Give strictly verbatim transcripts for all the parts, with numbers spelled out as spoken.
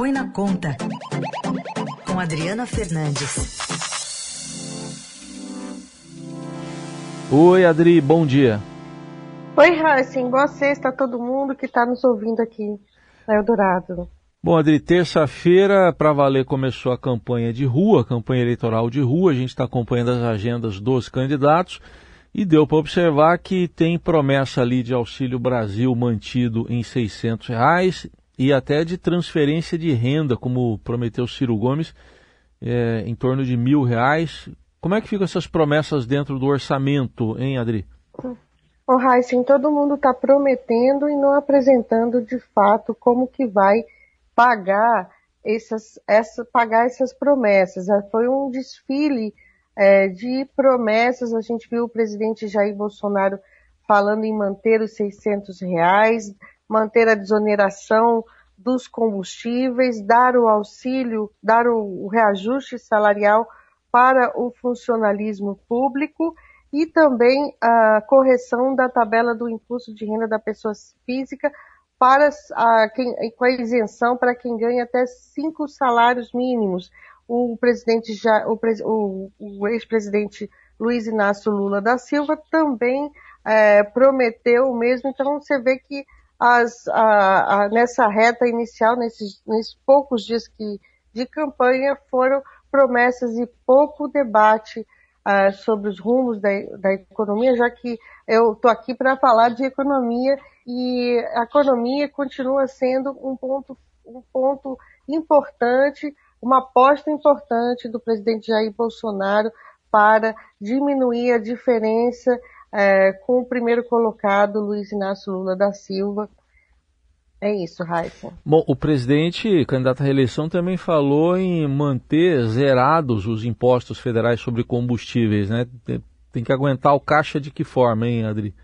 Põe na Conta, com Adriana Fernandes. Oi, Adri, bom dia. Oi, Raíssen, boa sexta a todo mundo que está nos ouvindo aqui na Eldorado. Bom, Adri, terça-feira, para valer, começou a campanha de rua, a campanha eleitoral de rua. A gente está acompanhando as agendas dos candidatos e deu para observar que tem promessa ali de Auxílio Brasil mantido em seiscentos reais e até de transferência de renda, como prometeu Ciro Gomes, é, em torno de mil reais. Como é que ficam essas promessas dentro do orçamento, hein, Adri? Ô, Raíssen, todo mundo está prometendo e não apresentando de fato como que vai pagar essas, essa, pagar essas promessas. Foi um desfile é, de promessas. A gente viu o presidente Jair Bolsonaro falando em manter os seiscentos reais, manter a desoneração dos combustíveis, dar o auxílio, dar o, o reajuste salarial para o funcionalismo público e também a correção da tabela do imposto de renda da pessoa física para a, quem, com a isenção para quem ganha até cinco salários mínimos. O presidente já, o, o, o ex-presidente Luiz Inácio Lula da Silva também é, prometeu o mesmo. Então você vê que as, a, a, nessa reta inicial, nesses, nesses poucos dias que, de campanha, foram promessas e pouco debate uh, sobre os rumos da, da economia, já que eu estou aqui para falar de economia e a economia continua sendo um ponto, um ponto importante, uma aposta importante do presidente Jair Bolsonaro para diminuir a diferença uh, com o primeiro colocado, Luiz Inácio Lula da Silva. É isso, Raíssen. Bom, o presidente, candidato à reeleição, também falou em manter zerados os impostos federais sobre combustíveis, né? Tem que aguentar o caixa de que forma, hein, Adri?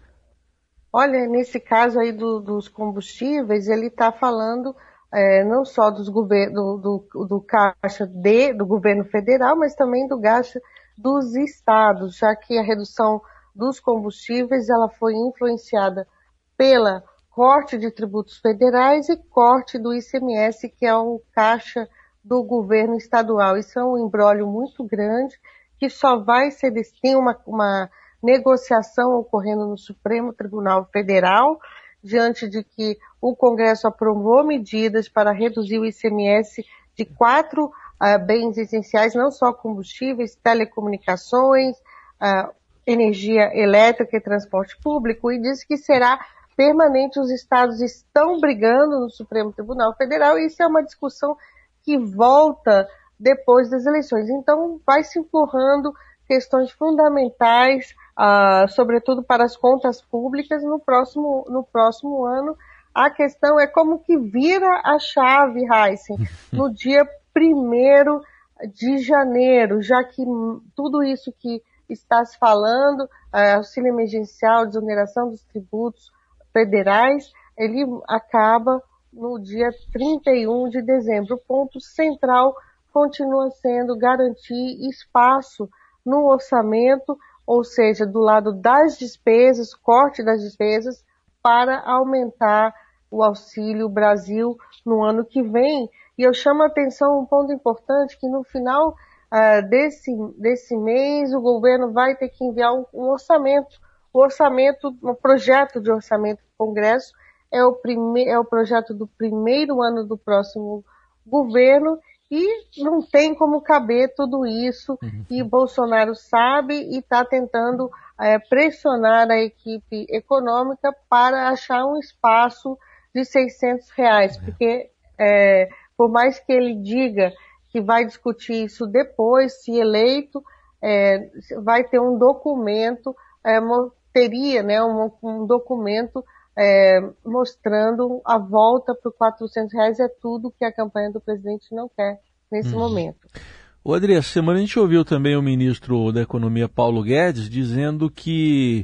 Olha, nesse caso aí do, dos combustíveis, ele está falando é, não só dos gover- do, do, do caixa de, do governo federal, mas também do caixa dos estados, já que a redução dos combustíveis ela foi influenciada pela corte de tributos federais e corte do I C M S, que é o caixa do governo estadual. Isso é um imbróglio muito grande, que só vai ser... Tem uma, uma negociação ocorrendo no Supremo Tribunal Federal, diante de que o Congresso aprovou medidas para reduzir o I C M S de quatro uh, bens essenciais, não só combustíveis, telecomunicações, uh, energia elétrica e transporte público, e diz que será permanente. Os estados estão brigando no Supremo Tribunal Federal e isso é uma discussão que volta depois das eleições. Então vai se empurrando questões fundamentais, uh, sobretudo para as contas públicas no próximo, no próximo ano. A questão é como que vira a chave, Raíssen, no dia primeiro de janeiro, já que tudo isso que está se falando, uh, auxílio emergencial, desoneração dos tributos federais, ele acaba no dia trinta e um de dezembro. O ponto central continua sendo garantir espaço no orçamento, ou seja, do lado das despesas, corte das despesas, para aumentar o Auxílio Brasil no ano que vem. E eu chamo a atenção um ponto importante, que no final uh, desse, desse mês o governo vai ter que enviar um, um orçamento. O orçamento, o projeto de orçamento do Congresso é o, prime, é o projeto do primeiro ano do próximo governo e não tem como caber tudo isso. Uhum. E Bolsonaro sabe e está tentando é, pressionar a equipe econômica para achar um espaço de seiscentos reais, porque é, por mais que ele diga que vai discutir isso depois, se eleito, é, vai ter um documento é, teria né, um, um documento é, mostrando a volta para os quatrocentos reais. É tudo que a campanha do presidente não quer nesse hum. momento. Ô Adri, essa semana a gente ouviu também o ministro da Economia, Paulo Guedes, dizendo que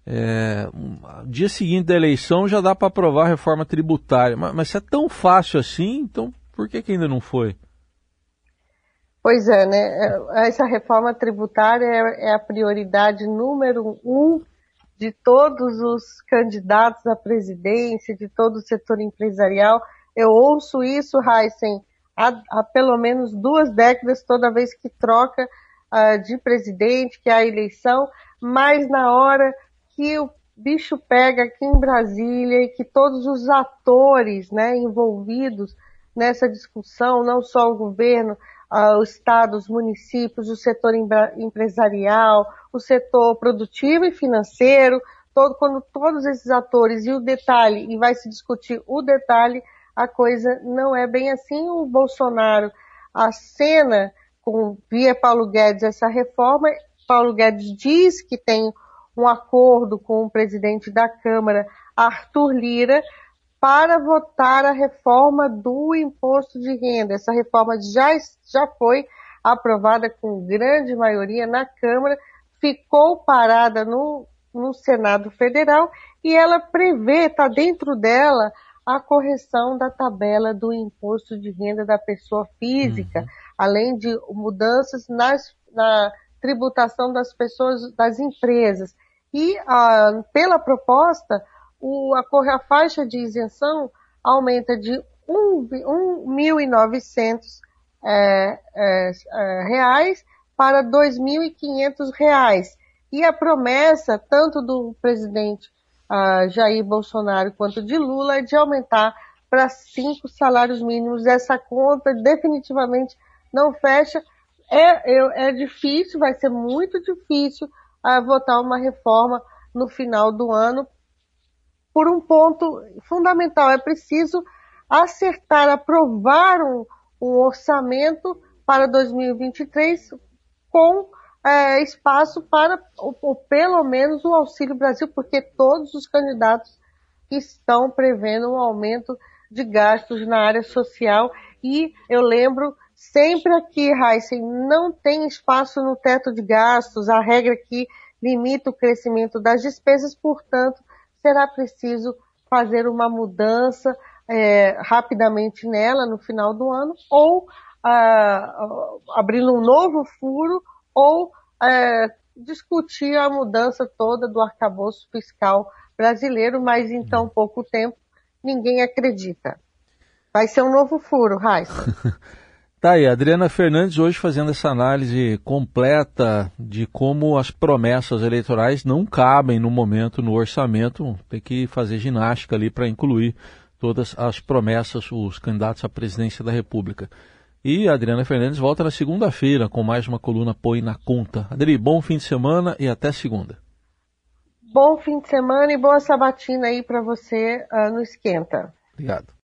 é, no dia seguinte da eleição já dá para aprovar a reforma tributária. Mas, mas se é tão fácil assim, então por que, que ainda não foi? Pois é, né? Essa reforma tributária é a prioridade número um de todos os candidatos à presidência, de todo o setor empresarial. Eu ouço isso, Raíssen, há, há pelo menos duas décadas, toda vez que troca uh, de presidente, que há eleição, mas na hora que o bicho pega aqui em Brasília e que todos os atores, né, envolvidos nessa discussão, não só o governo, uh, o Estado, os municípios, o setor empresarial, o setor produtivo e financeiro, todo, quando todos esses atores, e o detalhe, e vai se discutir o detalhe, a coisa não é bem assim. O Bolsonaro acena com, via Paulo Guedes, essa reforma. Paulo Guedes diz que tem um acordo com o presidente da Câmara, Arthur Lira, para votar a reforma do imposto de renda. Essa reforma já, já foi aprovada com grande maioria na Câmara, ficou parada no, no Senado Federal e ela prevê, está dentro dela, a correção da tabela do imposto de renda da pessoa física, uhum. além de mudanças nas, na tributação das pessoas, das empresas. E ah, pela proposta, o, a, a faixa de isenção aumenta de um mil e novecentos é, é, é, reais para dois mil e quinhentos reais. E a promessa, tanto do presidente uh, Jair Bolsonaro quanto de Lula, é de aumentar para cinco salários mínimos. Essa conta definitivamente não fecha. É, é, é difícil, vai ser muito difícil uh, votar uma reforma no final do ano, por um ponto fundamental. É preciso acertar, aprovar um, um orçamento para dois mil e vinte e três com é, espaço para, ou, ou pelo menos, o Auxílio Brasil, porque todos os candidatos estão prevendo um aumento de gastos na área social. E eu lembro sempre aqui, Heisen, não tem espaço no teto de gastos, a regra aqui limita o crescimento das despesas, portanto, será preciso fazer uma mudança é, rapidamente nela no final do ano, ou ah, abrindo um novo furo, ou é, discutir a mudança toda do arcabouço fiscal brasileiro, mas em tão pouco tempo ninguém acredita. Vai ser um novo furo, Raíssa. Tá aí, Adriana Fernandes hoje fazendo essa análise completa de como as promessas eleitorais não cabem no momento no orçamento, tem que fazer ginástica ali para incluir todas as promessas, os candidatos à presidência da República. E a Adriana Fernandes volta na segunda-feira com mais uma coluna Põe na Conta. Adri, bom fim de semana e até segunda. Bom fim de semana e boa sabatina aí para você uh, no Esquenta. Obrigado.